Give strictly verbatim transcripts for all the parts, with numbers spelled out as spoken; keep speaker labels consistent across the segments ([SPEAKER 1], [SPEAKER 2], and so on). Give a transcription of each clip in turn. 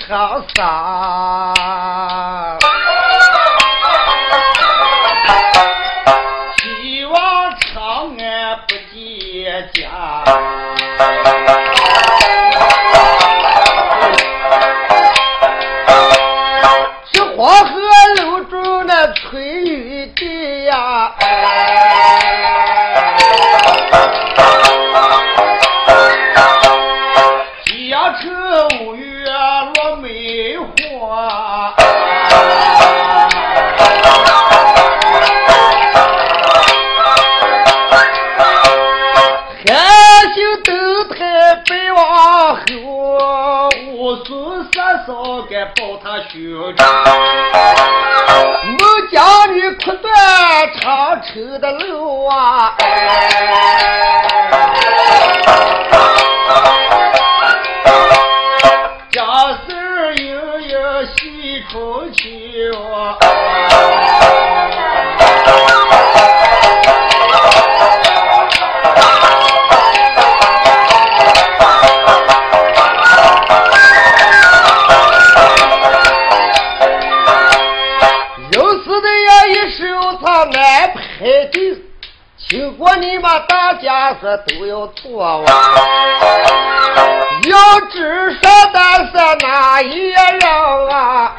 [SPEAKER 1] 长沙，希望长安不结痂。这黄河流住那春雨地呀，吉阳城五月落梅花，韩信登台北王后，武松三嫂该抱他胸膛，孟姜女哭断长城的路啊，江水悠悠西风秋，难排定，请过你们大家说都要做完，要知上但是哪一人啊？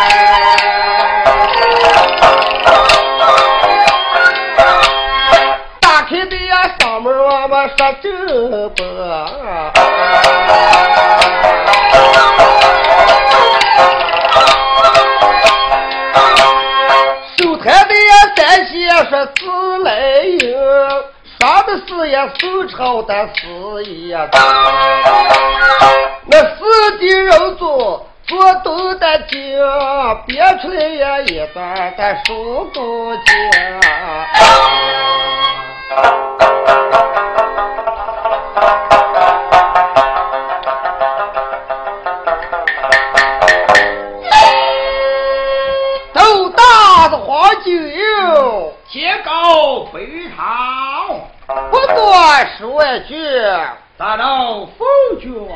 [SPEAKER 1] 打开的呀上门我们说正本，说自来迎，说的是也宋朝的事业，那四地人族做东的经，编出来也一段的书中经。斗大的黄金油，
[SPEAKER 2] 天高北堂，
[SPEAKER 1] 不多说一句，
[SPEAKER 2] 大闹封君王。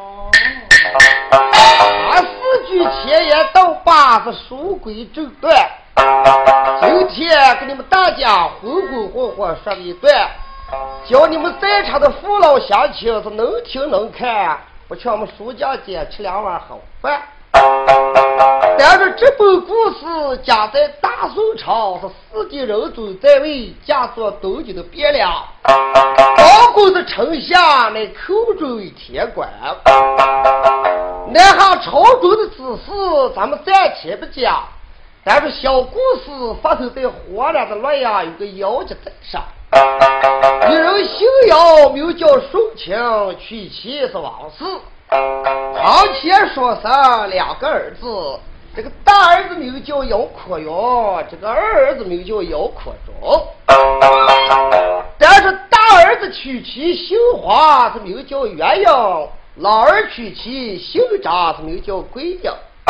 [SPEAKER 1] 把四句前言到八字书归正段。今天给你们大家浑浑噩噩说了一段，叫你们在场的父老乡亲是能听能看，不劝我们书家姐吃两碗好饭。但是这本故事讲在大宋朝，是四地人族在位，驾作东京的汴梁，高公的丞相乃口中为天官。那行朝中的知识咱们暂且不讲，但是小故事发生在河南的洛阳，有个姚家在上，一人姓姚，名叫顺清，娶妻是王氏。堂前说生两个儿子，这个大儿子名叫姚阔勇，这个二儿子名叫姚阔忠。但是大儿子娶妻姓华，是名叫元英；老儿娶妻姓张，是名叫桂英。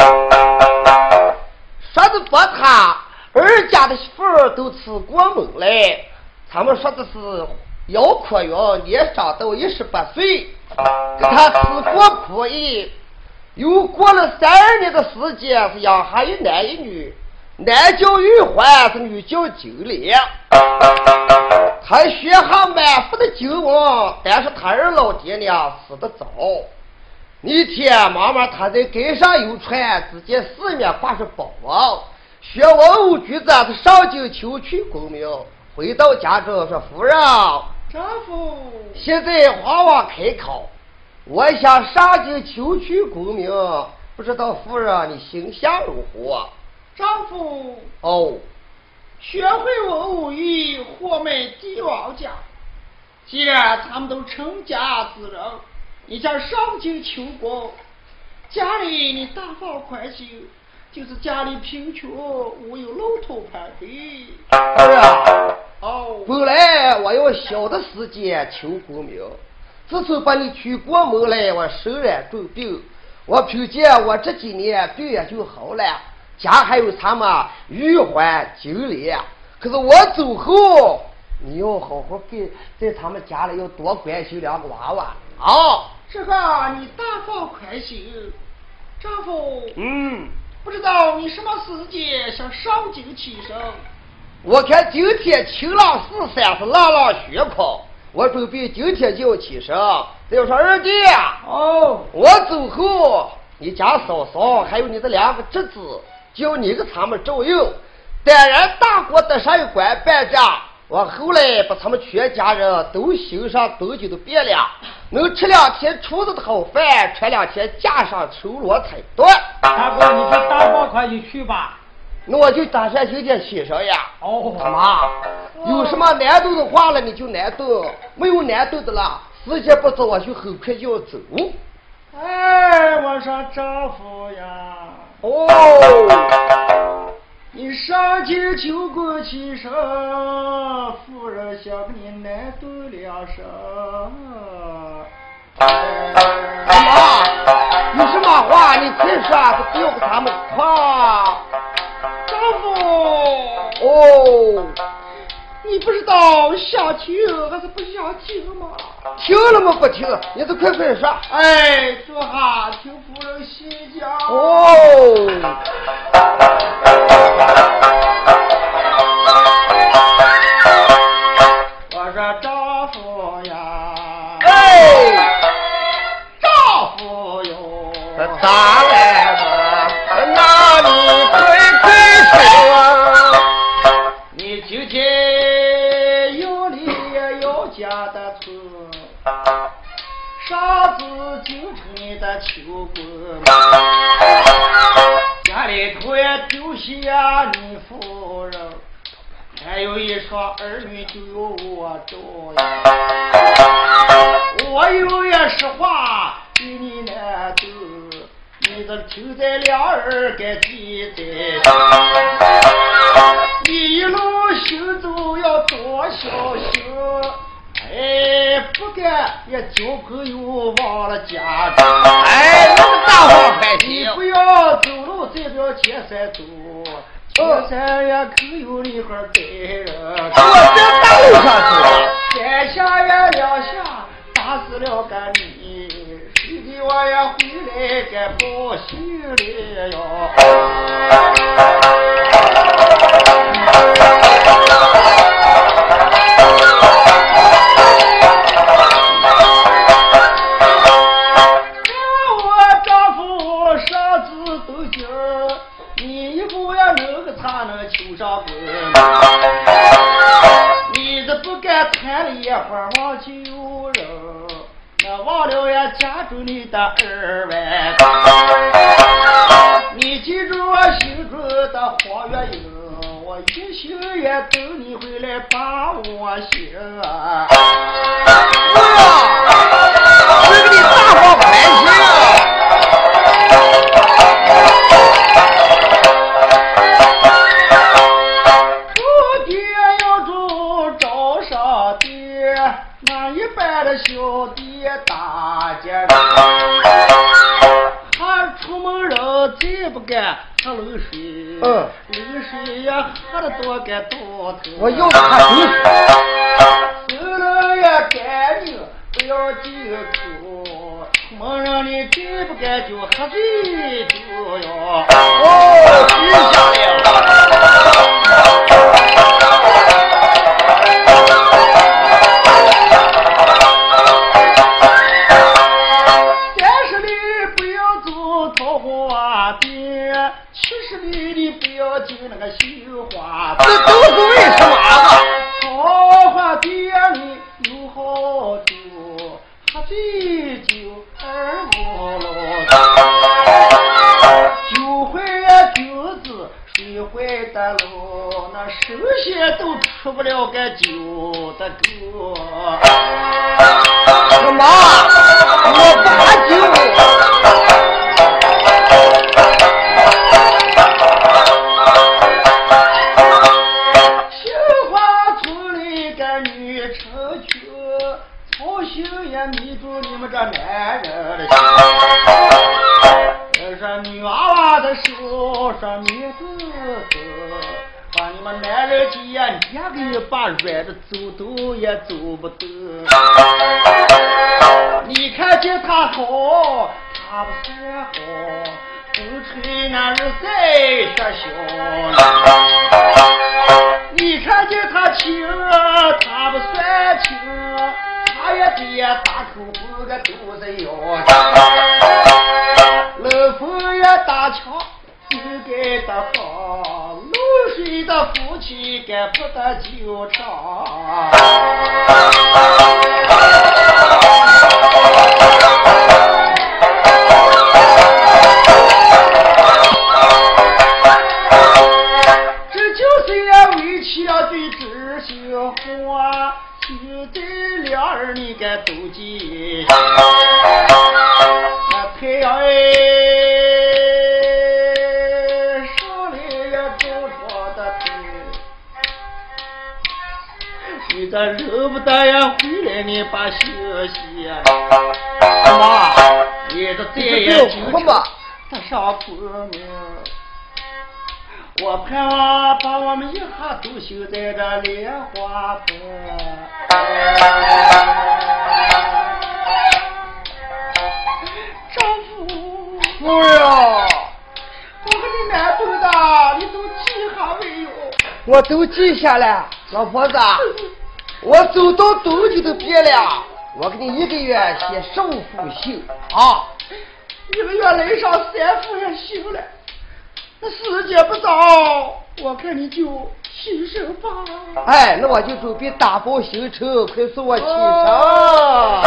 [SPEAKER 1] 说的把他儿家的媳妇儿都吃过门来，他们说的是姚阔勇年长到一十八岁，给他吃过苦役，又过了三二年的时间，是养下一男一女，男叫玉环，是女叫金莲。他学下满腹的经文，但是他二老爹娘死得早。那天妈妈他在街上游船，只见四面挂着宝王，学文武举子是上京求取功名。回到家中说：“夫人，
[SPEAKER 2] 丈夫，
[SPEAKER 1] 现在皇王开考，我想上京求取功名，不知道夫人你心下如何？”
[SPEAKER 2] 丈夫，
[SPEAKER 1] 哦，
[SPEAKER 2] 学会文武艺，或美帝王家。既然他们都成家之人，你想上京求功，家里你大放宽心，就是家里贫穷，无有露头盘的。
[SPEAKER 1] 夫人，
[SPEAKER 2] 哦，
[SPEAKER 1] 本来我要小的时间求功名，自从把你娶过门来，我身染重病，我凭借我这几年病也就好了，家还有他们玉环金莲。可是我走后，你要好好给在他们家里要多关心两个娃娃啊！
[SPEAKER 2] 这个你大放宽心， 丈夫，
[SPEAKER 1] 嗯，
[SPEAKER 2] 不知道你什么时节想烧酒起身？
[SPEAKER 1] 我看今天晴朗四三是朗朗虚空，我准备今天就起身。再说二弟，
[SPEAKER 2] 哦，
[SPEAKER 1] 我走后，你家嫂嫂还有你的两个侄子，叫你给他们照应。当然，大国得上一官半账。我后来把他们全家人都欣上东京的汴梁，能吃两天厨子的好饭，穿两天架上绸罗才对。
[SPEAKER 3] 大哥，你去大包快就去吧。
[SPEAKER 1] 那我就打算今天起身呀。
[SPEAKER 3] 哦，
[SPEAKER 1] 他妈，有什么难度的话了你就难度，没有难度的了，时间不早，我就很快就要走。
[SPEAKER 2] 哎，我说丈夫呀，
[SPEAKER 1] 哦，
[SPEAKER 2] 你上京求过起身，夫人想跟你难度两声。
[SPEAKER 1] 他妈，有什么话你快说，不要给他们夸。
[SPEAKER 2] 丈夫，
[SPEAKER 1] 哦，
[SPEAKER 2] 你不知道想听还是不想听吗？
[SPEAKER 1] 听了吗？不听，你就快快说。
[SPEAKER 2] 哎，坐下听夫人细讲。
[SPEAKER 1] 哦，
[SPEAKER 2] 我说丈夫呀，
[SPEAKER 1] 哎，
[SPEAKER 2] 丈夫哟，
[SPEAKER 1] 咋来了？那你快快说。
[SPEAKER 2] 你今天有理有家的村，上至京城的秋官，家里头也丢下你夫人，还有一双儿女就由我照应。我有也实话与你难得，你这听在两耳该记得。你一路行走要多小心，哎，不敢也交朋友忘了家长。
[SPEAKER 1] 哎，那个大话还
[SPEAKER 2] 你
[SPEAKER 1] 行。
[SPEAKER 2] 不要走路再不要前山走，前山也可有你会儿带人。
[SPEAKER 1] 我在大路上走。
[SPEAKER 2] 三下也两下打死了个你，谁给我也回来该报信了哟。我丈夫上至东京，你以后也能个才能求上官。你这不敢谈了一会儿忘记有人，那忘了也家住你的二万。你记住我心中的黄月英，我一心也等你回来把我醒。
[SPEAKER 1] 哇，这个你大话不还行。
[SPEAKER 2] 我爹要住招上爹，那一般的小弟大姐人，还出门人再不敢喝冷水，
[SPEAKER 1] 嗯，
[SPEAKER 2] 冷水也喝得多个多头。
[SPEAKER 1] 我要他走。
[SPEAKER 2] 手人也干净，不要进口。出门让你再不敢就喝醉酒哟。
[SPEAKER 1] 哦，记下了。
[SPEAKER 2] 三十里不要走桃花店，七十里你不要进那个绣花店。
[SPEAKER 1] 这都是为什么啊？
[SPEAKER 2] 桃花店里有好酒，喝醉酒二五六。酒会呀酒子，水会的路，那神仙都出不了个酒的沟。
[SPEAKER 1] 他妈，我不喝酒。
[SPEAKER 2] 杏花村里个女成群，操心也迷住你们这男人的心。这是女娃娃的手上迷子子，把你们男人急呀，两个一把软的走都也走不得。你看见他好，他不算好， 不吹那日在这笑你看见他情他不算情他也得大口不个肚子有老夫也大桥应该的好露水的夫妻该不得纠缠这就是要为妻要对知心话就对两人你该都记那太阳哎上来了中床的天你的惹不得呀回来你把休息妈你的再也就他上铺面我盼望把我们一下都修在这莲花棚丈夫
[SPEAKER 1] 夫人
[SPEAKER 2] 我和你难懂的你都记下没有
[SPEAKER 1] 我都记下来老婆子我走到多久都别了我给你一个月写首付信啊
[SPEAKER 2] 一个月来上三副也行了那时间不早我看你就起身吧
[SPEAKER 1] 哎那我就准备打包行程快送我启程、
[SPEAKER 2] 哦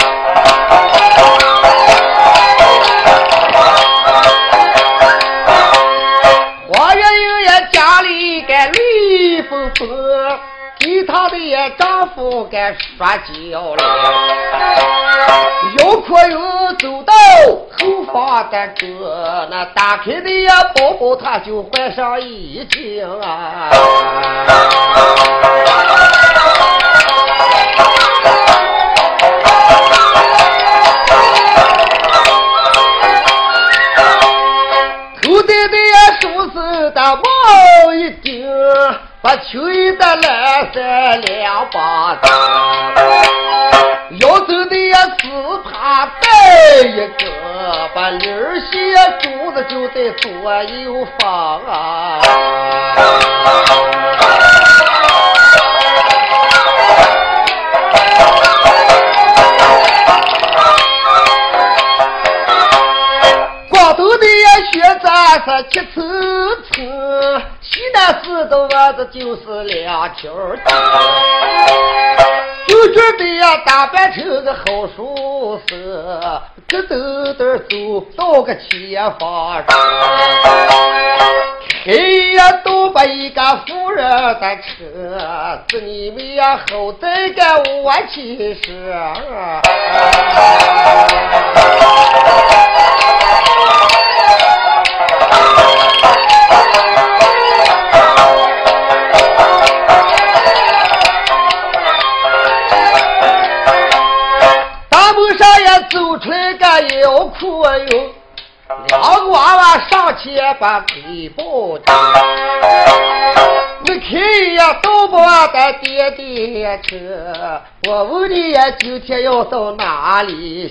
[SPEAKER 1] 花园有人家里该绿风风其他的也丈夫该说教了有可有走到后方的这那打开的呀包包他就换上衣襟啊头戴的呀舒适的帽一顶把秋衣的蓝色两把子腰走的呀丝帕带一个把领儿鞋珠子就在左右方啊光头的呀学咱是七层层西南四周袜子就是两条就觉得呀打扮成个好舒适咯噔噔走到个前方开呀都把一个夫人的车子你们呀好在个我其实走出来个腰裤哟，两个娃娃上前把腿抱着，你看呀，都把的爹爹车，我问你呀，今天要到哪里去？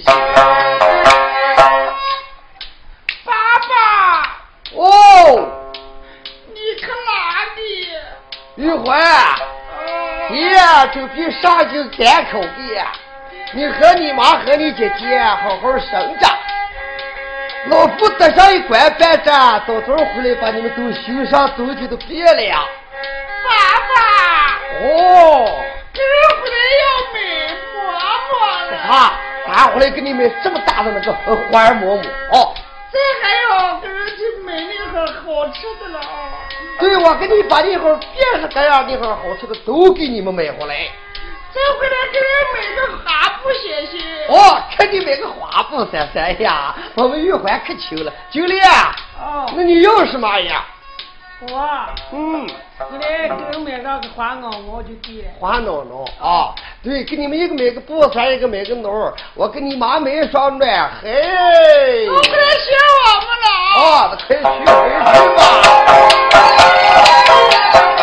[SPEAKER 2] 爸爸，
[SPEAKER 1] 哦，
[SPEAKER 2] 你去哪里？
[SPEAKER 1] 玉环，爹准备上京赶口的。你和你妈和你姐姐好好生着，老夫得上一关办着，早早回来把你们都修上走就都别了呀。
[SPEAKER 2] 爸爸，
[SPEAKER 1] 哦，
[SPEAKER 2] 这回来要买馍馍了。
[SPEAKER 1] 啊，俺回来给你买这么大的那个花馍馍哦。
[SPEAKER 2] 这还要给人家买那个好吃的了啊。
[SPEAKER 1] 对，我给你把那会儿别是各样那会儿好吃的都给你们买回来。
[SPEAKER 2] 再回来给人买个花布鞋鞋。
[SPEAKER 1] 哦，给你买个花布衫衫呀，我们玉环可求了。九莲，
[SPEAKER 2] 哦，
[SPEAKER 1] 那你要什么呀？
[SPEAKER 3] 我，
[SPEAKER 1] 嗯，
[SPEAKER 3] 回来给人买了个花袄，我就给。
[SPEAKER 1] 花袄袄啊，对，给你们一个买个布衫，一个买个袄，我给你妈买一双暖嘿。
[SPEAKER 2] 我回来学我们了
[SPEAKER 1] 啊，那快去回去吧。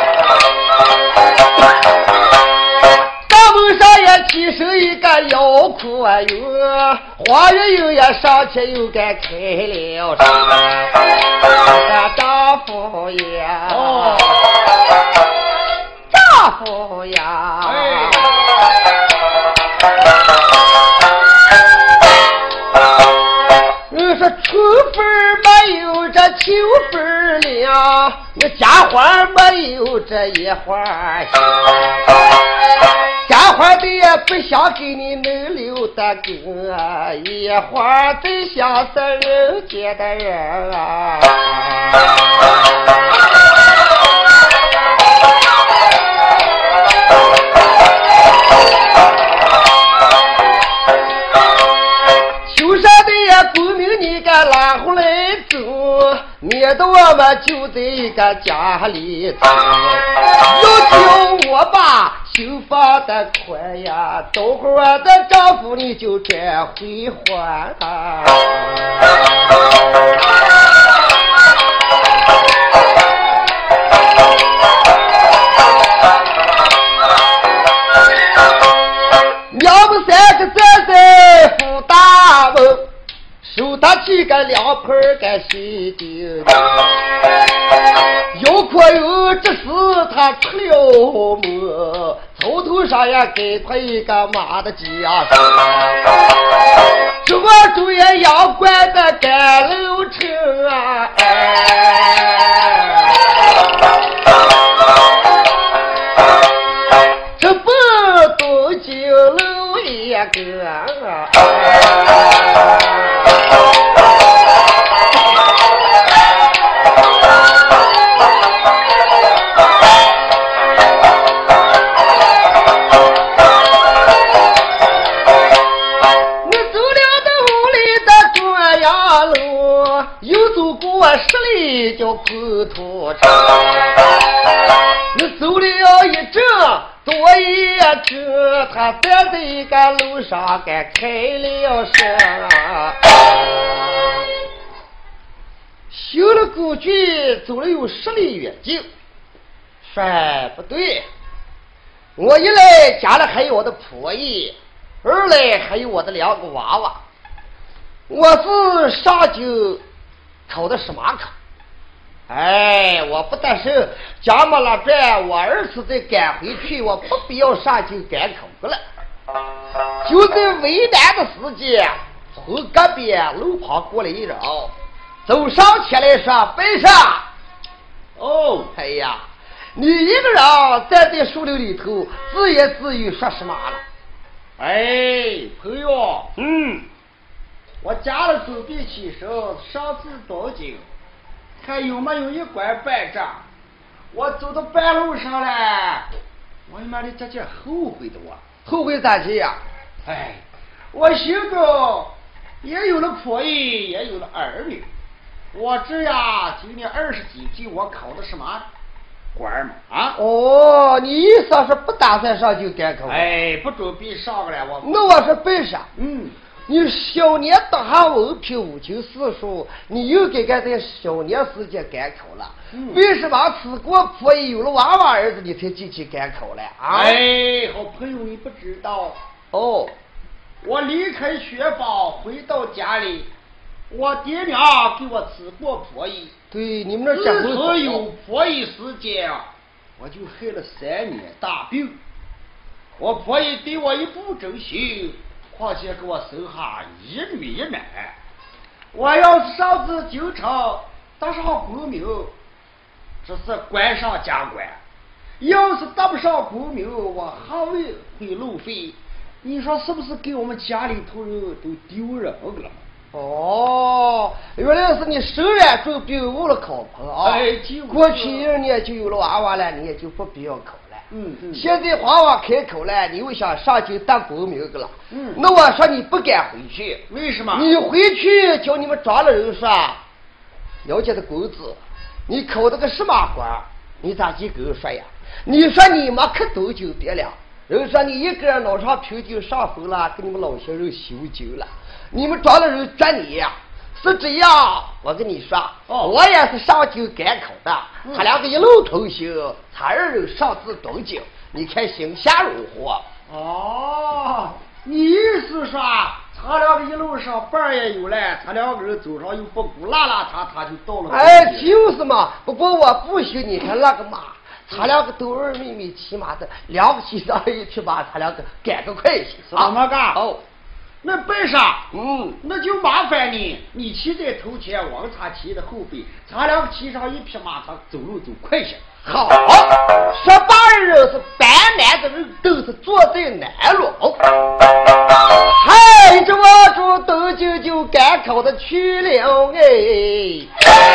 [SPEAKER 1] 大门上也起身一个腰苦啊哟，花月有呀上前又该开了声，丈夫呀，
[SPEAKER 2] 哦，
[SPEAKER 1] 丈夫呀，
[SPEAKER 2] 哎，
[SPEAKER 1] 我说春分没有这秋分凉，那家花没有这野花香，家花的也不想给你能留的根，野花最像是人间的人啊。秋山的也不明你个拉回来走，免得我们就在一个家里走。要听我爸修房的快呀，等会儿我的丈夫你就该回还啊。娘们三个站在福大门，手他几个两盆儿个洗净，有可有这时他出了门，头头上也给他一个马的家生，这我主也要关的干楼城啊，哎，这不都进楼一个啊，十里叫苦土城，你走了一阵多一阵，他站在一个楼上该开了声，修了故居走了有十里远近。说不对，我一来家里还有我的仆役，二来还有我的两个娃娃，我是上酒考的什么考？哎，我不得是家没了转，我儿子再赶回去，我不必要上就赶口了。就在为难的时间，从隔壁路旁过来一人，走上前来说：“背上。”哦，哎呀，你一个人站在树林里头，自言自语说什么了？
[SPEAKER 2] 哎，朋友，
[SPEAKER 1] 嗯。
[SPEAKER 2] 我家里准备起手，上次多久？看有没有一拐半账。我走到半路上了，我他妈的这叫后悔的我。
[SPEAKER 1] 后悔咋去呀？
[SPEAKER 2] 哎，我心中也有了仆役，也有了儿女。我这呀，今年二十几岁，我考的什么官嘛？啊？
[SPEAKER 1] 哦，你意思是不打算上就赶考？
[SPEAKER 2] 哎，不准备上了，我。
[SPEAKER 1] 那我是背上。
[SPEAKER 2] 嗯。
[SPEAKER 1] 你小年当下文凭五经四书，你又该该在小年时间赶考了。嗯、为什么此国仆役有了娃娃儿子，你才进去赶考了啊？
[SPEAKER 2] 哎，好朋友，你不知道
[SPEAKER 1] 哦。
[SPEAKER 2] 我离开雪宝回到家里，我爹娘给我赐过仆役。
[SPEAKER 1] 对，你们那
[SPEAKER 2] 自从有仆役时间，我就害了三年大病。我仆役对我一不珍惜。况且给我生下一女一男，我要是上至京城得上功名，这是官上加官；要是得不上功名，我还会会路费。你说是不是给我们家里头人都丢人了？
[SPEAKER 1] 哦，原来是你手软中病误了考棚啊！
[SPEAKER 2] 哎，
[SPEAKER 1] 过去一年就有了娃娃了，你也就不必要考。
[SPEAKER 2] 嗯嗯，
[SPEAKER 1] 现在娃娃开口了，你又想上京当功名个了。
[SPEAKER 2] 嗯，
[SPEAKER 1] 那我说你不敢回去，
[SPEAKER 2] 为什么？
[SPEAKER 1] 你回去叫你们庄的人说，了解的工资，你考的个什么官？你咋去跟我说呀？你说你没可走就别了，人说你一个人脑上瓶酒上坟了，跟你们老些人修酒了，你们庄的人抓你呀。是这样，我跟你说，
[SPEAKER 2] 哦、
[SPEAKER 1] 我也是上京赶考的，嗯、他两个一路同行，他二人上至东京，你看形象如何？
[SPEAKER 2] 哦， 你意思说，他两个一路上伴也有来，他两个人走上又不顾拉拉他，他就到了。
[SPEAKER 1] 哎，就是嘛。不过我不许你看那个马，他两个都二妹妹骑马的，两个骑上一匹马，他两个赶个快些。
[SPEAKER 2] 怎么干？
[SPEAKER 1] 哦，
[SPEAKER 2] 那背上，
[SPEAKER 1] 嗯，
[SPEAKER 2] 那就麻烦你，你骑在头前，我他骑在后背，他两个骑上一匹马，他走路走快些。
[SPEAKER 1] 好，十八人是搬南的人，都是坐在南路。嗨，这我主斗酒就赶考的去了哎。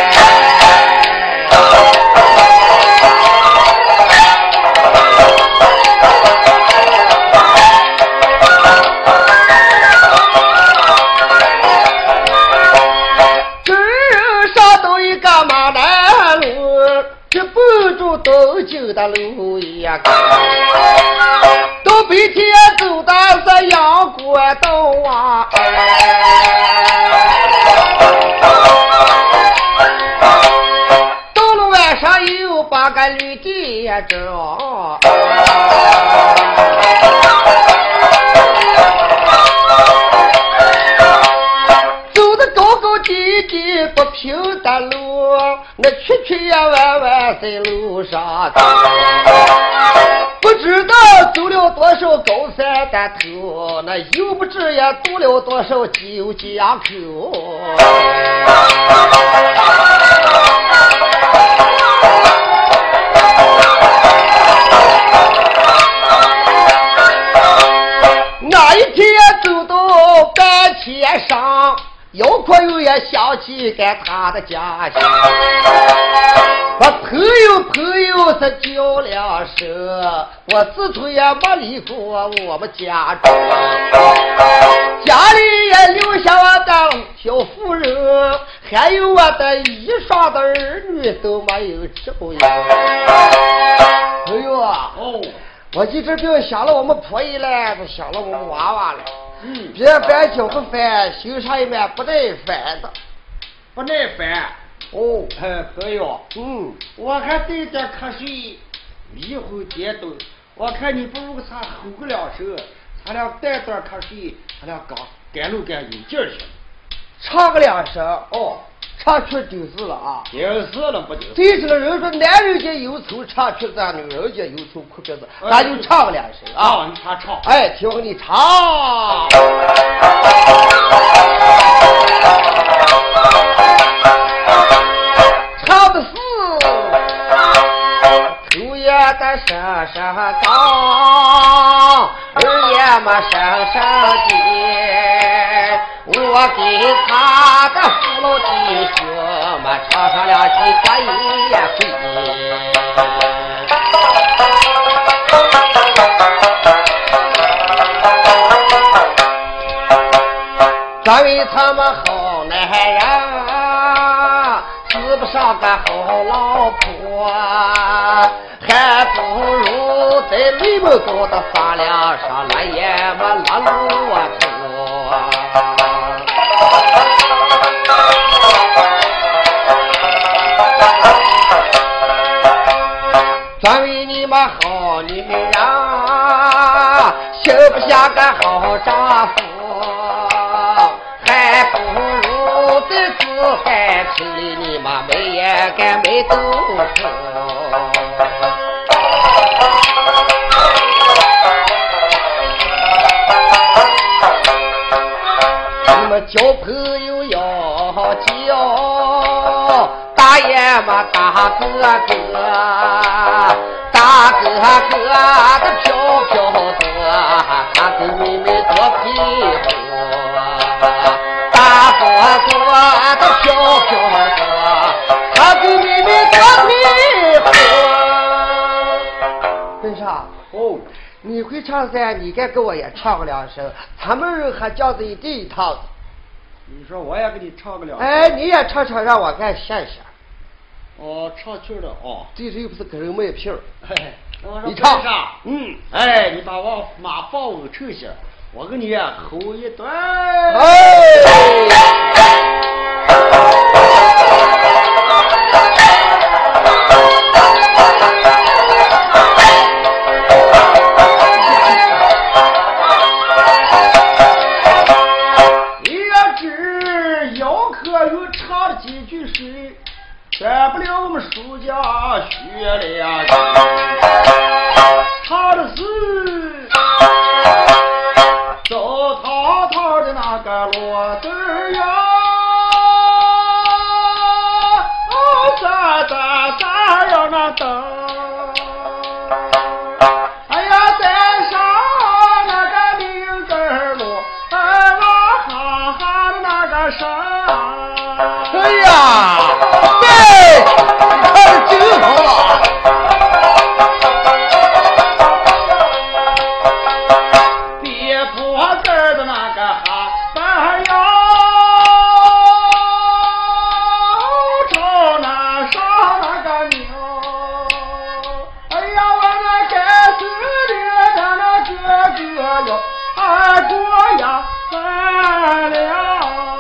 [SPEAKER 1] 这上到一个马南路。这不住斗酒的路呀，都白天走的是阳关道啊，到了晚上又把个绿店着，走的高高低低不平的路，那曲曲呀弯弯在路上，不知道走了多少高山的头，那又不知也堵了多少九江口。那一天走到半天上，有可有也想起给他的家乡，我朋友朋友是叫两声，我自从也没离过我们家中，家里也留下我的小妇人，还有我的一双的儿女都没有照应。朋友啊，
[SPEAKER 2] 哦，
[SPEAKER 1] 我一直就想了我们婆姨了，都想了我们娃娃了。
[SPEAKER 2] 嗯，
[SPEAKER 1] 别烦就不烦，心上一面不耐烦的。
[SPEAKER 2] 不耐烦。
[SPEAKER 1] 哦，
[SPEAKER 2] 哎，朋友，
[SPEAKER 1] 嗯，
[SPEAKER 2] 我还带点瞌睡，迷糊颠倒。我看你不如给他吼个两声，他俩带点瞌睡，他俩刚赶路赶有劲儿去。
[SPEAKER 1] 唱个两声哦，唱曲就是了啊。
[SPEAKER 2] 就是了，不就？
[SPEAKER 1] 对这个人说，男人家有仇唱曲子，女人家有仇哭鼻子，咱就唱个两声啊。
[SPEAKER 2] 啊，他唱。
[SPEAKER 1] 哎，听你唱。唱的是头也得声声高，二也嘛声声低，我给他的父老弟兄嘛唱上两句歌也会。专为他们好男人，使不上个好老婆，还不如在雷门高的发梁上那也么拉路啊拖。专为你们好女人，修不下个好丈夫，还不如在自海城里你们没也该没读书。你们交朋友要交大爷嘛大哥哥，大哥哥的飘飘多，他跟妹妹多皮活，大哥哥的飘飘多，他跟妹妹多皮活。跟上哦，你会唱噻，你该给我也唱个两声，他们人还叫着一对一套的。
[SPEAKER 2] 你说我也给你唱个两声。
[SPEAKER 1] 哎，你也唱唱，让我看现现。
[SPEAKER 2] 哦，唱曲了哦。
[SPEAKER 1] 这次又不是给人卖皮儿。
[SPEAKER 2] 你
[SPEAKER 1] 唱
[SPEAKER 2] 上。嗯，哎，你把我马放我抽下，我给你吼一段。
[SPEAKER 1] 哎。 呀，对，你看的真好啊！
[SPEAKER 2] 别破字的那个哈板哟，朝那上那个牛，哎呀，我那该死的他那哥哥哟，二过呀翻了。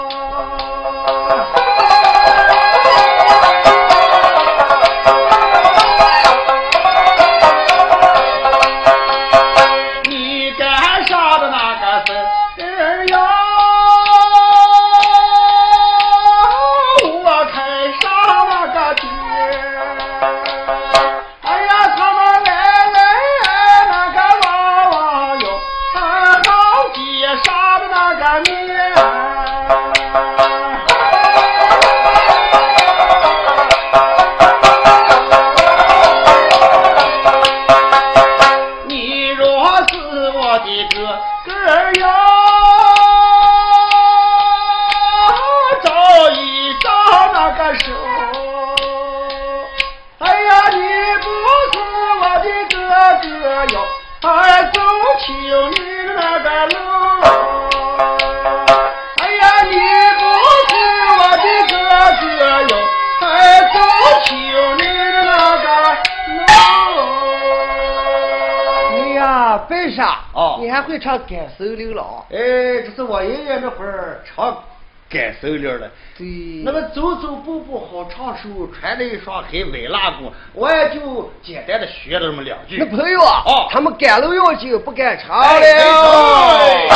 [SPEAKER 1] 你还会唱感受流了？
[SPEAKER 2] 哎，这是我爷爷那会儿唱感受流的。
[SPEAKER 1] 对，
[SPEAKER 2] 那么走走步步好唱书，穿了一双黑尾拉弓，我也就简单的学了这么两句。
[SPEAKER 1] 那朋友啊，
[SPEAKER 2] 哦，
[SPEAKER 1] 他们赶路要紧，不敢唱了。
[SPEAKER 2] 哎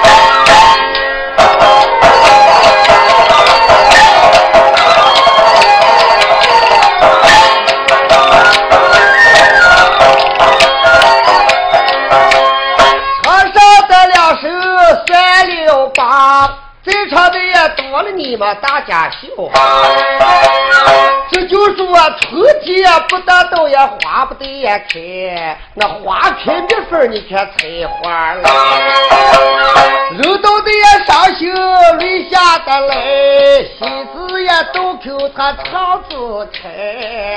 [SPEAKER 1] 在场的也多了你们大家笑，这就说春天不得到也花不得也开，那花开蜜粉你看采花了，人到的也伤心泪下的来，心子也洞口他肠子开。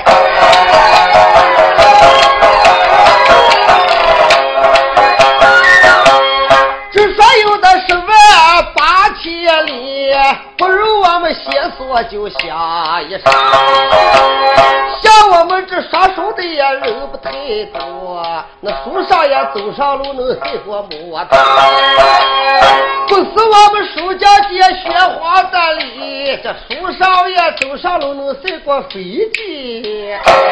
[SPEAKER 1] 这说有的是万八千里，不如我们写作就下一声。像我们这说书的也人不太多，那书上也走上路能赛过摩托。不是我们书家界学黄的理，这书上也走上路能赛过飞机。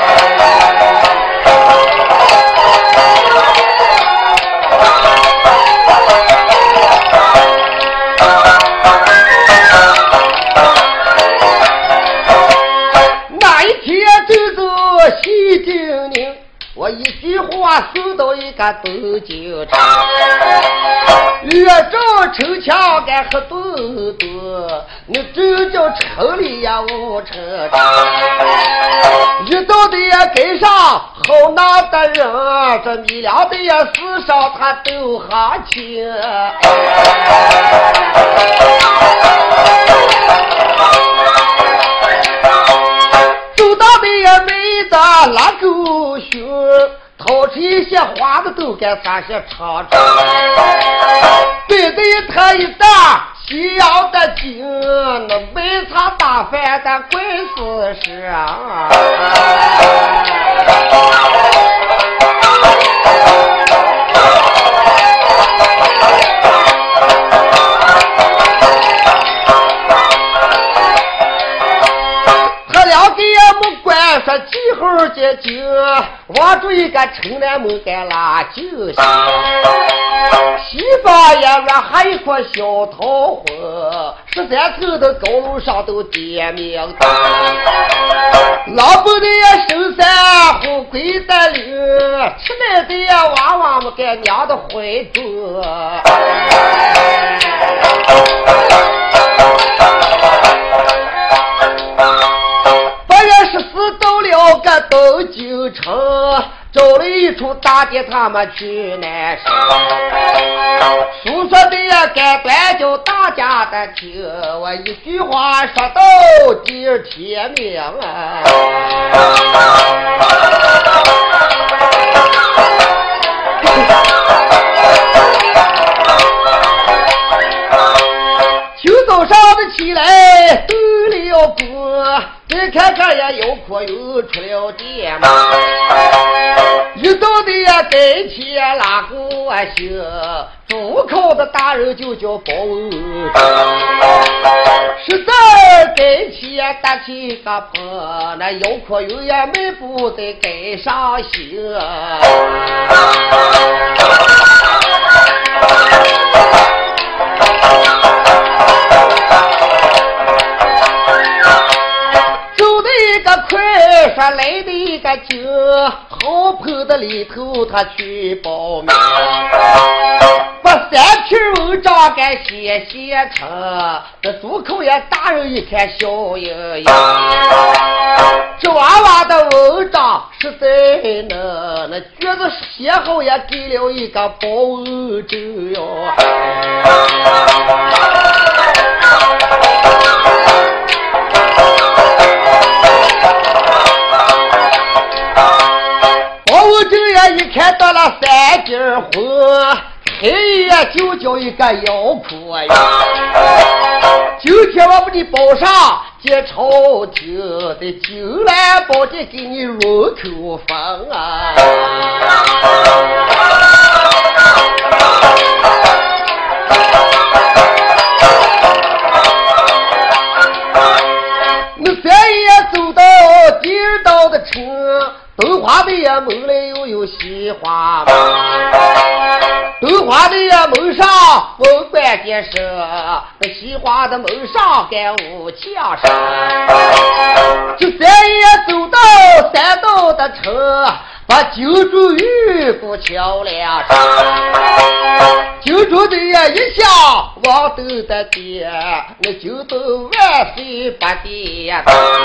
[SPEAKER 1] 西京宁，我一句话送到一个东京城，越州城墙该和多多，那这叫城里呀无城城，遇到的也跟上好拿的人，这米粮的也死上他都行情。走到的也没得拉狗熊，掏出一些花的都该撒些长长，对对他一打西洋的精，那没茶打饭的鬼死事啊！说几后结酒，望住一个城南门干拉酒香，西方也软还一棵小桃花，十三层的高楼上都点名灯，老伯的也生三后归的灵，吃奶的也娃娃们给娘的怀中。八月十四到了个东京城， 走了一出大街他们去那时，书说的呀该断就大家的听，我一句话说到第二天明啊。秋早上的起来都了过，再看看呀有阔又出了店嘛，一到的呀跟前拉过行，住口的大人就叫包文，实在跟前打起个破，那有阔有呀迈步得跟上行啊。快说来的一个酒，好棚的里头他去报名，把三篇文章给写写成，这主口也大人一看笑盈盈，这娃娃的文章实在呢，那觉得写好也给了一个包文证哟。一看到了三斤荤，黑夜就叫一个腰苦呀。今天我把你包上接朝廷的酒来包的给你润口风啊。那三爷走到第二道的车，灯花的呀门来又有西花嘛，灯花的呀门上门关键是那西花的门上该无墙上，这三爷走到三道的车，把金珠玉不敲了上，金珠的呀一下往头的跌，那就都万岁不跌，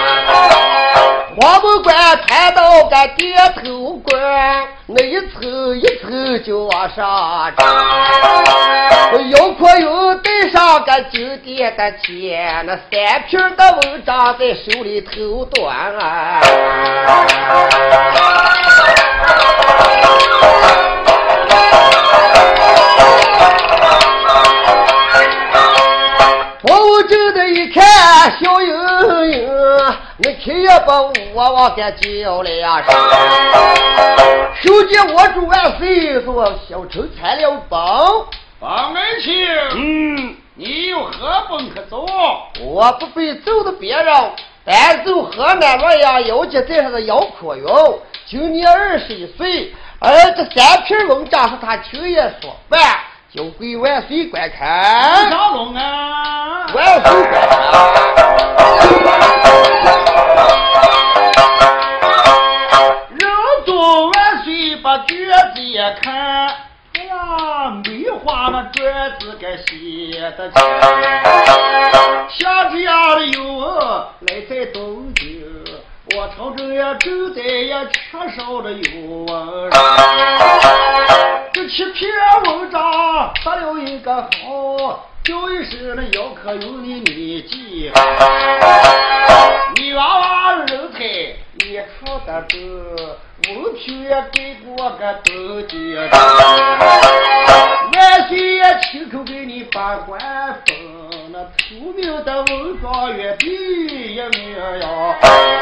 [SPEAKER 1] 黄门关抬到个点头关，那一层一层就往上涨，有可有带上个酒店的钱，那三瓶的文章在手里头端啊。我真的一看小莹莹，那天也把我往给叫了呀，求见我主万岁，说小城拆了帮
[SPEAKER 2] 帮恩庆，
[SPEAKER 1] 嗯，
[SPEAKER 2] 你有何本可走？
[SPEAKER 1] 我不被揍的别人，但走河南洛阳姚家在上的姚可云，今年二十一岁，而这三篇文章是他亲爷所办，就归万岁观看。
[SPEAKER 2] 小龙啊，
[SPEAKER 1] 万岁观看。
[SPEAKER 2] 人做万岁把卷子也看，哎呀，梅花那卷子该写的清，像这样的有来在东京，我朝着呀正在呀缺少的有文人，这七篇文章得了一个好，就一时那要可有你你记，你娃娃人才也靠得着，文凭也给过个多几个，万岁也亲口给你把官封，那出名的文状元第一名呀。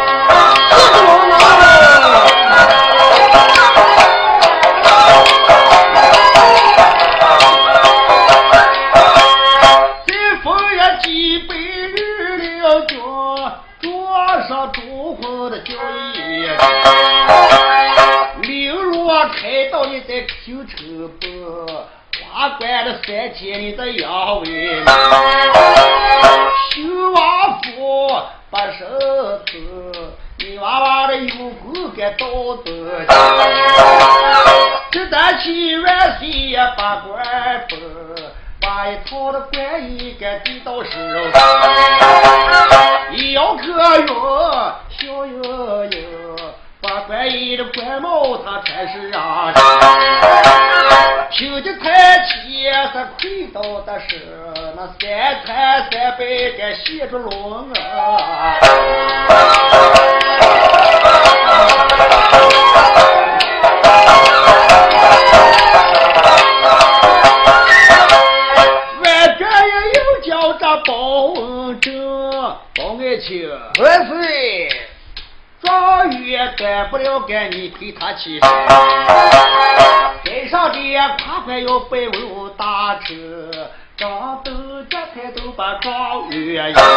[SPEAKER 2] 这风也几百日了脚，桌上烛火的交易，例如开到你在秋城不花关的三千里的杨威，修王府把手子，你娃娃的有功该到得这单起万岁也把官封，把一套的官衣该递到手，要可用小悠悠，把官衣的官帽他穿才是啊，凭着才气是亏到的是那三餐三百个谢主龙啊。外边也有叫这包文正包爱卿，
[SPEAKER 1] 万岁。
[SPEAKER 2] 状元改不了改，你给他起街上的快快要被我打车，张灯结彩都把状元赢。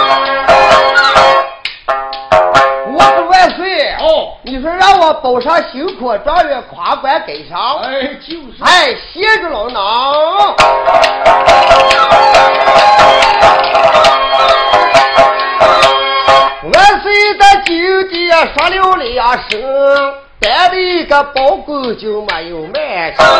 [SPEAKER 1] 我说万岁
[SPEAKER 2] 哦，
[SPEAKER 1] 你说让我包上辛苦状元夸官给上，
[SPEAKER 2] 哎，就是，
[SPEAKER 1] 哎，谢主老衲。万岁的九弟说了两声，带了一个包公就没有卖声。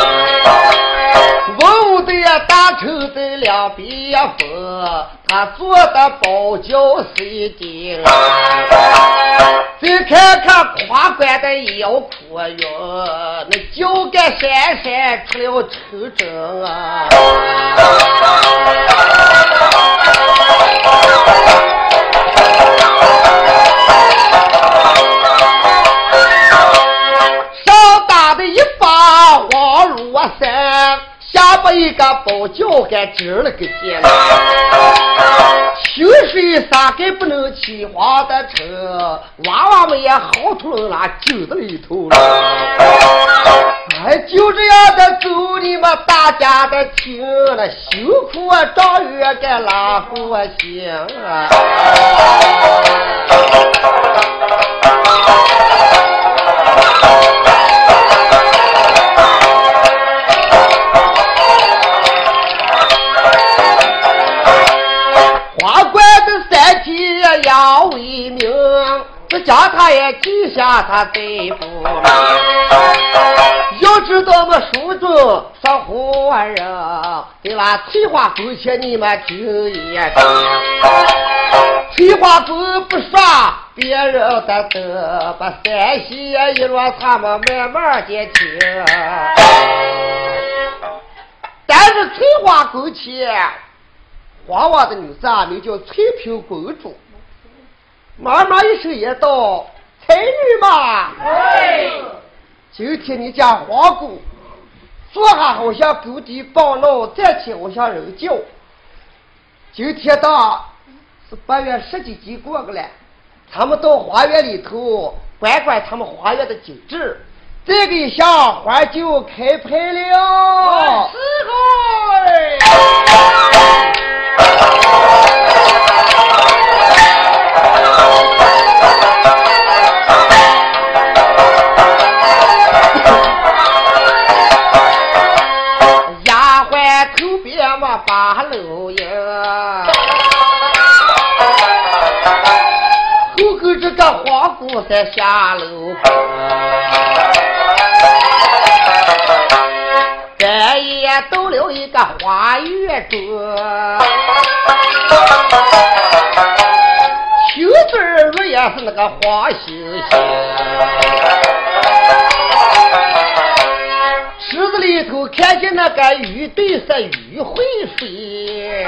[SPEAKER 1] 文的大车在两边风，他坐的包轿随顶。再看看夸官的腰裤哟，那脚杆闪闪出了抽针啊！上打的一把黄罗衫，下把一个包脚杆直了个肩，清水洒给不能起黄的车，娃娃们也好头了啦，揪到里头了。哎，就这样的走，你们大家的听了，辛苦啊，状元该拉过行啊。花冠的三体要为名，这家他也记下他对不名。要知道我书中说活人，对吧？翠花姑且你们听一听。翠花姑不耍别人的德，把三喜一落他们慢慢的听。但是翠花姑且皇王的女子啊，名叫翠屏公主。妈妈一声也道：“才女嘛，
[SPEAKER 2] 哎，
[SPEAKER 1] 今天你家皇姑坐下好像狗地棒闹，站起好像人叫。今天到是八月十几集过个了，他们到花园里头管管他们花园的景致。这个一下花就开拍了。
[SPEAKER 2] 是哎。
[SPEAKER 1] 丫鬟口边嘛把楼呀，后头这个皇姑在下楼，咱也到了一个花园中，秋水如也是那个黄星星，池子里头看见那个鱼对是鱼会水，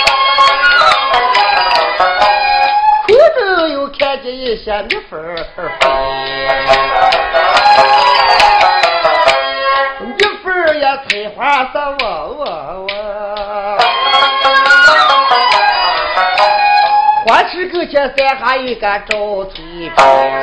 [SPEAKER 1] 空中又看见一些蜜蜂飞，蜜蜂也采花是嗡嗡嗡，花池沟前栽下一个招翠屏。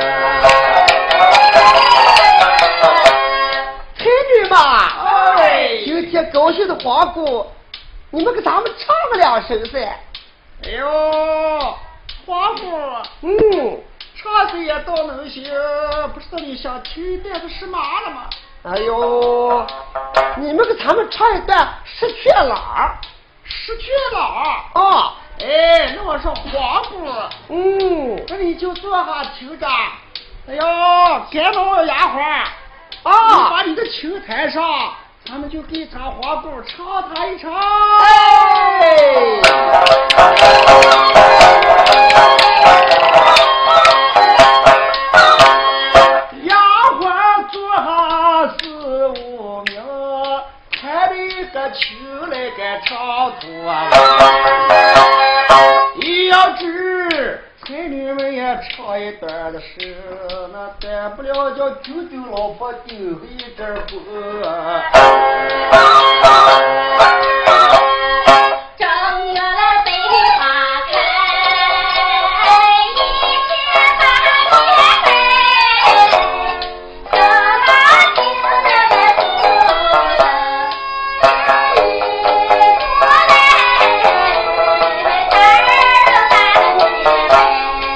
[SPEAKER 1] 才女嘛，
[SPEAKER 2] 哎，
[SPEAKER 1] 今天高兴的皇姑，你们给咱们唱个两声噻。
[SPEAKER 2] 哎呦，皇姑，
[SPEAKER 1] 嗯，
[SPEAKER 2] 唱的也倒能行，不知道你想听但是是嘛了吗？
[SPEAKER 1] 哎呦，你们给咱们唱一段《石雀郎》。
[SPEAKER 2] 石雀郎
[SPEAKER 1] 啊，
[SPEAKER 2] 哎，那我说皇姑，
[SPEAKER 1] 嗯，
[SPEAKER 2] 那你就坐下听着。哎呦，赶忙丫鬟
[SPEAKER 1] 啊，
[SPEAKER 2] 你把你的琴台上，咱们就给咱皇姑唱他一唱。
[SPEAKER 1] 哎，
[SPEAKER 2] 丫鬟坐下是开了一个秋来个长途啊，你要知才女们也唱一段的诗，那大不了叫舅舅老婆丢一阵风。
[SPEAKER 4] 正月来百花开，一枝花叶开，这那青那个土的，这一过来，这儿干你来。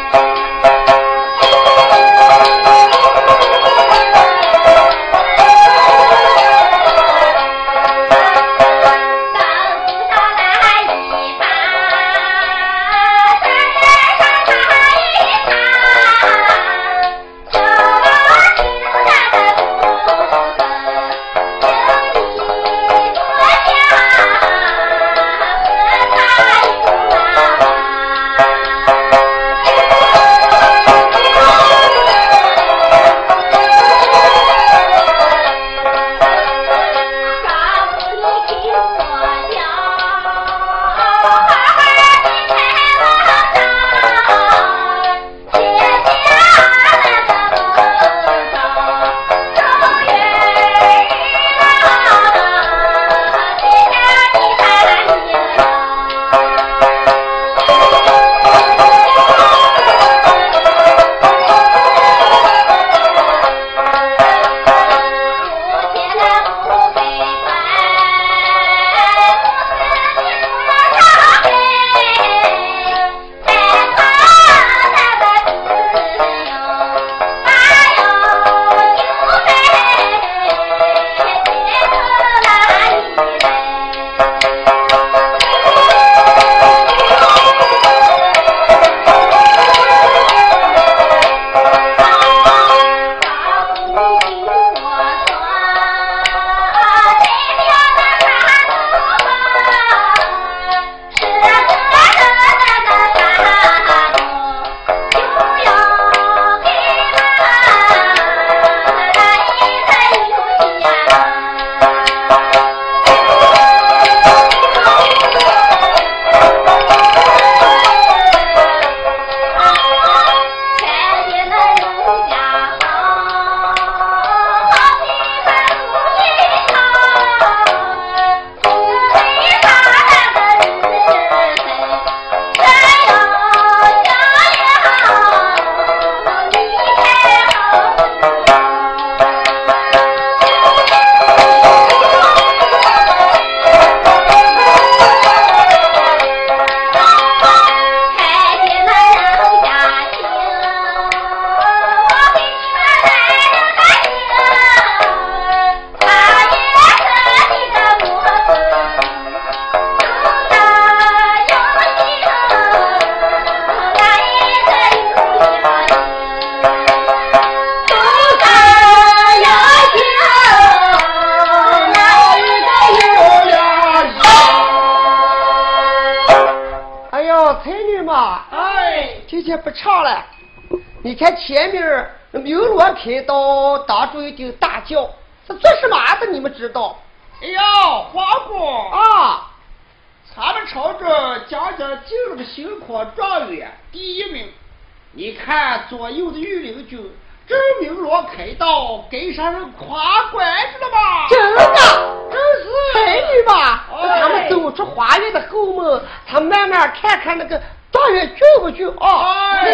[SPEAKER 1] 不唱了，你看前面鸣锣开道，当中有顶大轿，是做什么的？你们知道？
[SPEAKER 2] 哎呀，花姑
[SPEAKER 1] 啊，
[SPEAKER 2] 咱们朝着将将进了个星科状元第一名。你看左右的御林军，这鸣锣开道，给上人夸拐子了吧？
[SPEAKER 1] 真的，
[SPEAKER 2] 真是
[SPEAKER 1] 才女吧？
[SPEAKER 2] 哎、
[SPEAKER 1] 他们走出花园的后门，他慢慢看看那个状元俊不俊啊？
[SPEAKER 2] 哎，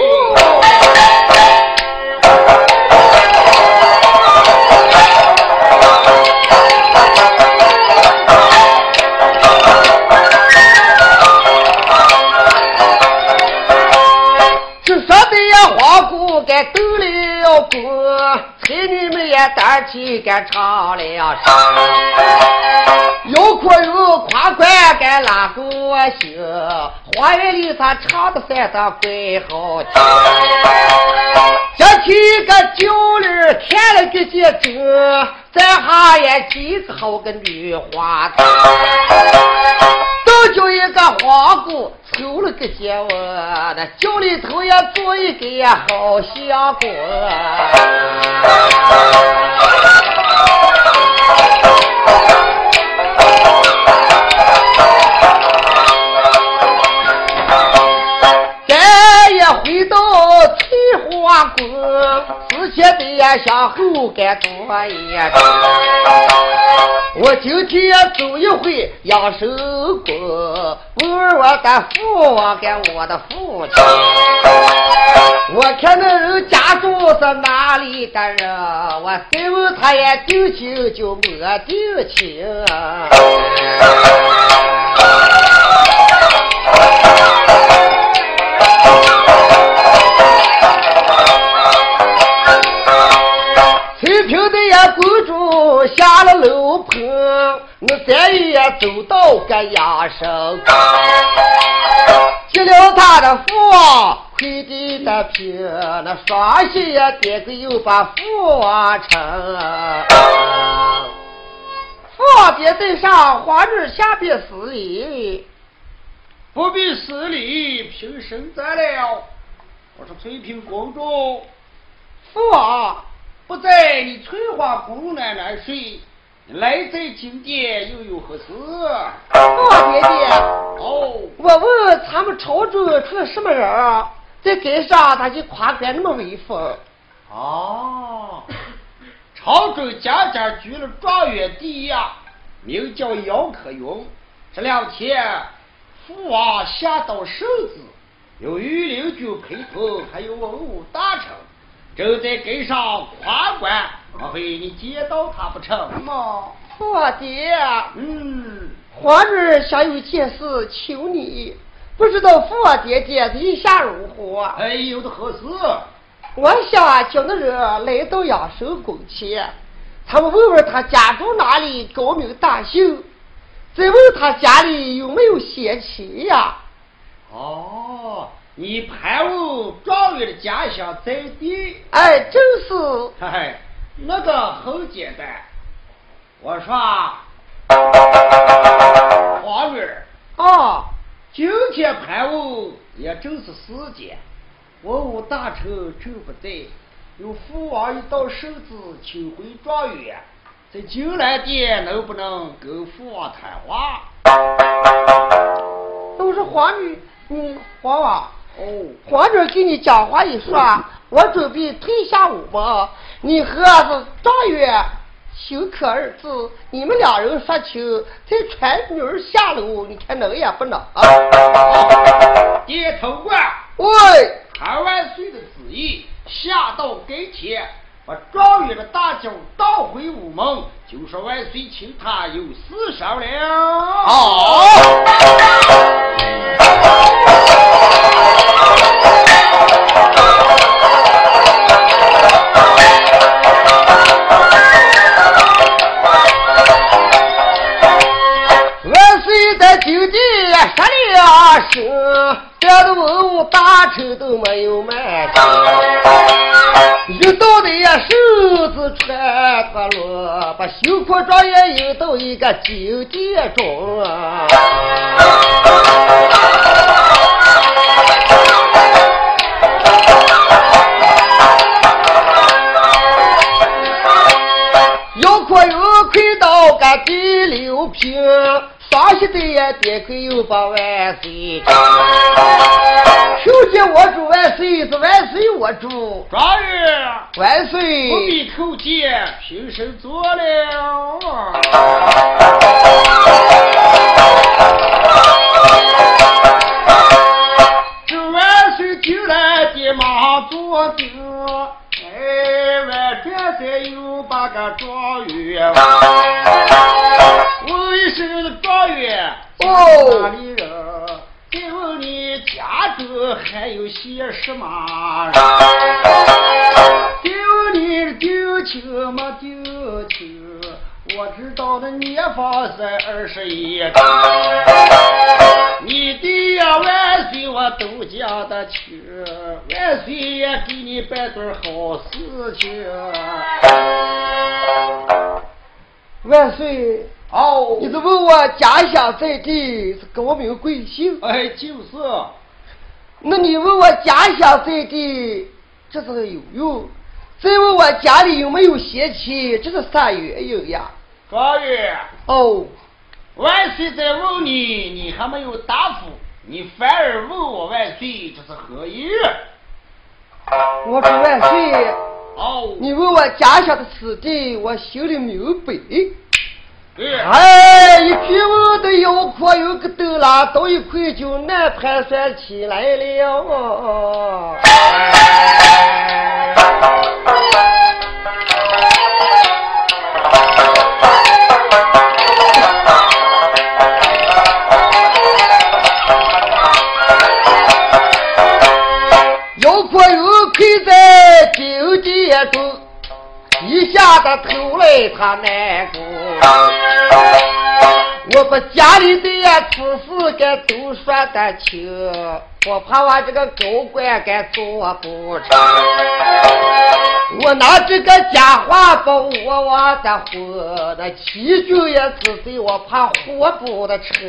[SPEAKER 1] 这说的呀，花姑该斗了过，才女们也胆气该唱了声，有哭有夸快该拉过心，花园里他唱的三段怪好听。这几个酒人看了个些真，在下也几个好个女花子，都叫一个花姑抽了个些我，那酒里头也做一个好香锅。 向后该多也。我今天走一回杨守国，问我的父王跟我的父亲，我看那人家住是哪里的人，我再问他也定情就没定情啊。翠屏的呀公主下了楼棚，那三月走到个阳生，进了他的父魁地的平，那双膝呀点个又把父王成。父王别在上，皇儿下边施礼。
[SPEAKER 2] 不必施礼，平身在了。我是翠屏公主。
[SPEAKER 1] 父王
[SPEAKER 2] 不在你翠花姑奶奶睡，来在金殿又有何事？
[SPEAKER 1] 父王爹爹，
[SPEAKER 2] 哦，
[SPEAKER 1] 我问他们朝中出了什么人啊？在街上他就夸官那么威风。
[SPEAKER 2] 哦，朝中家家举了状元第一呀，名叫姚克勇。这两天父王下到圣旨，有御林军陪同，还有文武大臣，正在街上夸官，我会你接到他不成吗？
[SPEAKER 1] 父王爹，
[SPEAKER 2] 嗯，
[SPEAKER 1] 皇儿想有件事求你，不知道父王爹爹意下如何？
[SPEAKER 2] 哎，有的何事？
[SPEAKER 1] 我想叫那人来到阳寿宫前，他们问问他家住哪里，高明大姓，再问他家里有没有贤妻呀？
[SPEAKER 2] 哦，你盼望状元的家乡在地？
[SPEAKER 1] 哎，正是。
[SPEAKER 2] 嗨，那个很简单。我说，皇儿，
[SPEAKER 1] 哦，
[SPEAKER 2] 今天盼望也正是时间。文武大臣正不在，有父王一道圣旨请回状元，在金兰殿能不能跟父王谈话？
[SPEAKER 1] 都是皇女，你皇王。
[SPEAKER 2] 哦，
[SPEAKER 1] 皇上给你讲话一说，我准备退下午吧。你和是状元休克二字，你们两人说清，再传女儿下楼，你看能也不能啊？
[SPEAKER 2] 爹头官，
[SPEAKER 1] 喂，
[SPEAKER 2] 二万岁的旨意下到跟前，把状元的大轿倒回午门，就说万岁请他有事商量。
[SPEAKER 1] 好。九弟说了声，这的文武大臣都没有卖声，一到的呀手子穿脱了，把羞苦状元引到一个酒店中啊。有苦有亏到个第六平，双喜的也点亏又把万岁，求见我主万岁，是万岁我主。
[SPEAKER 2] 状元
[SPEAKER 1] 万岁，
[SPEAKER 2] 不必叩见，平身坐了。这万岁进来的马坐定，哎，万转再有八个状元。问一声的状元
[SPEAKER 1] 哦，
[SPEAKER 2] 哪里人？再问你家中还有些什么？再问你丢情没丢情？我知道的年方是二十一，你的呀万岁我都讲得清，万岁也给你办点好事情。
[SPEAKER 1] 万岁，
[SPEAKER 2] 哦，
[SPEAKER 1] 你是问我家乡在地是高明贵姓？
[SPEAKER 2] 哎，就是。
[SPEAKER 1] 那你问我家乡在地，这是有用；再问我家里有没有贤妻，这是啥原因呀？
[SPEAKER 2] 状元，
[SPEAKER 1] 哦，
[SPEAKER 2] 万岁在问你，你还没有答复，你反而问我万岁，这是何意？
[SPEAKER 1] 我说万岁，
[SPEAKER 2] 哦，
[SPEAKER 1] 你问我家乡的此地，我心里没有北。
[SPEAKER 2] 哎，
[SPEAKER 1] 哎，一句我的腰阔有个兜拉，都一块就难盘算起来了。腰阔有块在九界中。一下子头来他难过，我把家里的此事该都说得清，我怕我这个狗官该做不成，我拿这个假话把我我的活那七句也自随，我怕活不得成。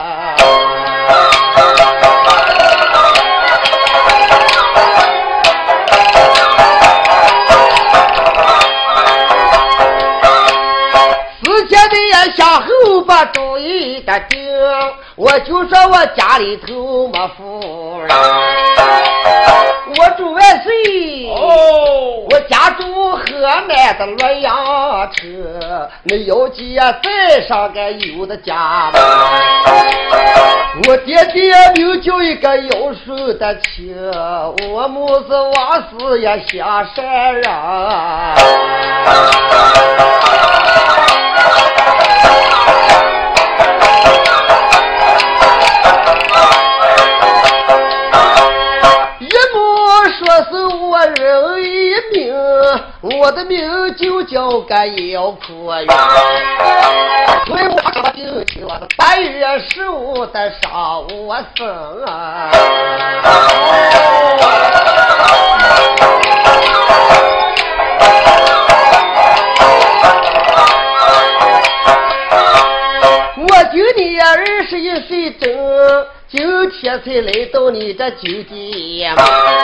[SPEAKER 1] 之前的也向后把主意的定，我就说我家里头没夫人，我住万岁
[SPEAKER 2] 哦，
[SPEAKER 1] 我家住河南的洛阳城，那有几呀再上个有的家门，我爹爹没叫一个有手的亲，我母子王氏也想善人。人一名，我的名就叫个姚阔元。所以我就去了八月十五的上午生啊。我今年二十一岁整，今天才来到你这酒店。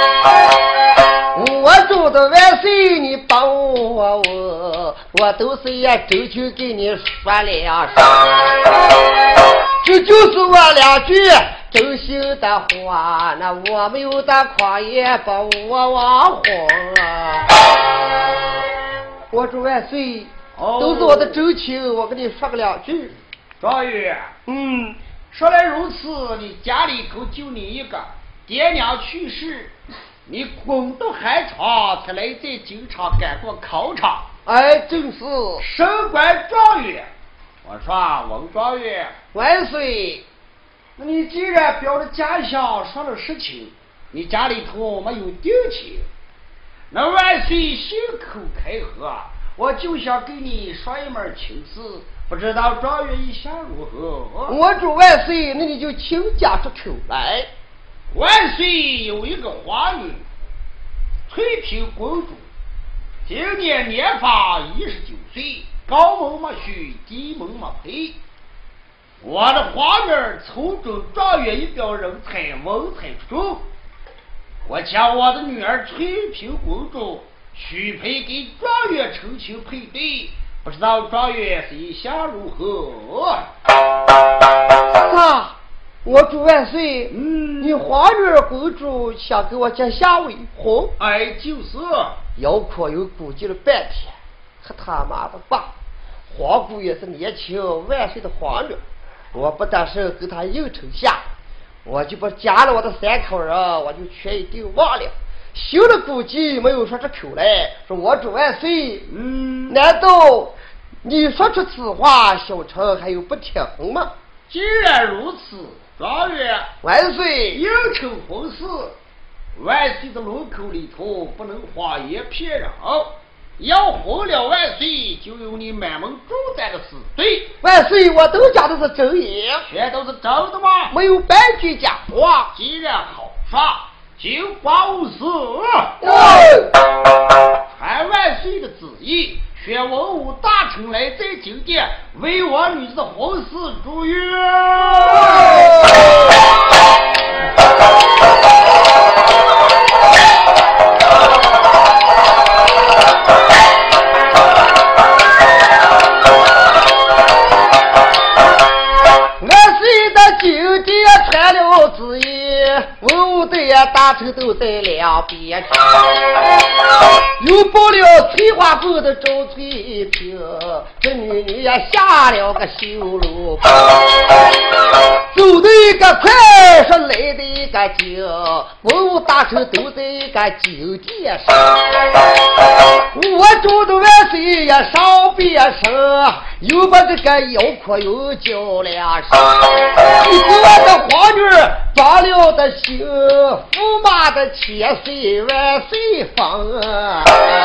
[SPEAKER 1] 我住的万岁，你帮我我，我都是也争取给你说两声，这就是我两句真心的话，那我没有的狂言把我忘红啊！我祝万岁，
[SPEAKER 2] 哦，
[SPEAKER 1] 都是我的真情，我跟你说个两句。
[SPEAKER 2] 状元，
[SPEAKER 1] 嗯，
[SPEAKER 2] 说来如此，你家里头就你一个，爹娘去世。你功德还长，才来在京城赶过考场。
[SPEAKER 1] 哎，正是
[SPEAKER 2] 升官状元。我说王状元，
[SPEAKER 1] 万岁。
[SPEAKER 2] 那你既然表了家乡说了实情，你家里头没有定情，那万岁信口开河，我就想跟你说一门情事，不知道状元意下如何？
[SPEAKER 1] 我祝万岁，那你就请讲出口来。
[SPEAKER 2] 万岁有一个皇女，翠屏公主，今年年方一十九岁，高门没许，低门没配。我的皇女从中状元一表人才，文采出众。我将我的女儿翠屏公主许配给状元成亲配对，不知道状元是意下如何？
[SPEAKER 1] 啥？我祝万岁，
[SPEAKER 2] 嗯，
[SPEAKER 1] 你皇女公主想给我结下未婚？
[SPEAKER 2] 哎，就是。
[SPEAKER 1] 姚阔又估计了半天，可他妈的爸，皇姑也是年轻万岁的皇女，我不但是跟他应承下，我就把家了我的三口人，我就全一定忘了。行了，估计没有说出口来，说我祝万岁。
[SPEAKER 2] 嗯，
[SPEAKER 1] 难道你说出此话，小臣还有不听吗？
[SPEAKER 2] 既然如此，状元
[SPEAKER 1] 万岁，
[SPEAKER 2] 应承婚事，万岁的龙口里头不能谎言骗人，要婚了万岁就有你满门中单的死罪。
[SPEAKER 1] 万岁，我都讲的是真言，
[SPEAKER 2] 全都是真的吗？
[SPEAKER 1] 没有半句假话。
[SPEAKER 2] 既然好说，就话无事。传万岁的旨意，选文武大臣来在京殿为我女子的婚事祝愿。
[SPEAKER 1] 万岁的京殿传了旨意，文武的也大臣都在两边去，又报了翠花宫的周翠萍，这女女也下了个修路，走的一个快，说来的一个紧，文武大臣都在一个酒店上，我住的万岁呀上边上，又把这个腰阔又叫两声，你给我的皇女装了的心，驸马的千岁万岁风啊！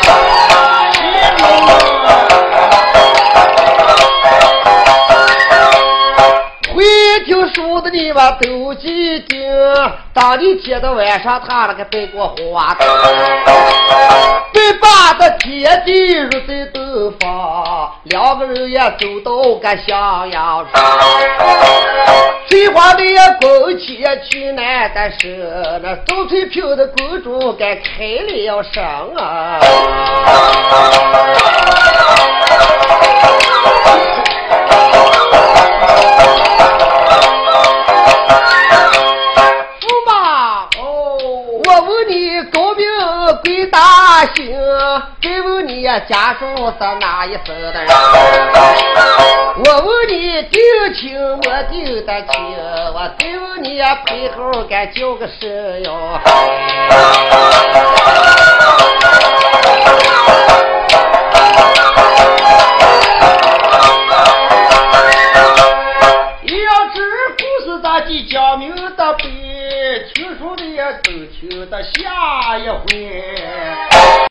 [SPEAKER 1] 会听书的你们都记定，当你天的晚上他那个带过花灯，被把的天地如在东方，两个人也走到个襄阳城，翠花的宫前去难的是，那周翠萍的公主该开了声啊！归大兴，再问你家属是哪一省的人？我问你定亲我定的亲，我再问你背后该叫个谁哟？
[SPEAKER 2] 要知故事大计讲明的背，听说的也都听得下一回。